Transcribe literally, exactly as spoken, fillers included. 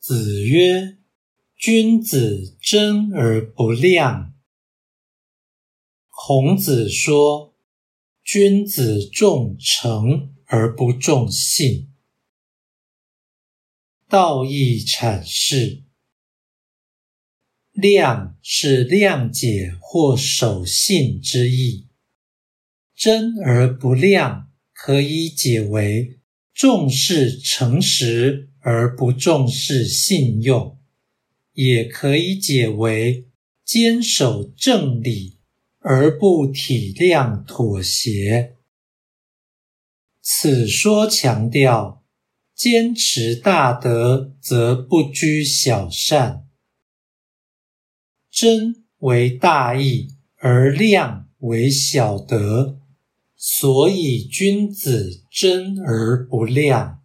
子曰：君子真而不亮。孔子说，君子重诚而不重信。道义阐释，亮是谅解或守信之意，真而不亮可以解为重视诚实而不重视信用，也可以解为坚守正理而不体谅妥协。此说强调，坚持大德则不拘小善。真为大义，而亮为小德，所以君子真而不亮。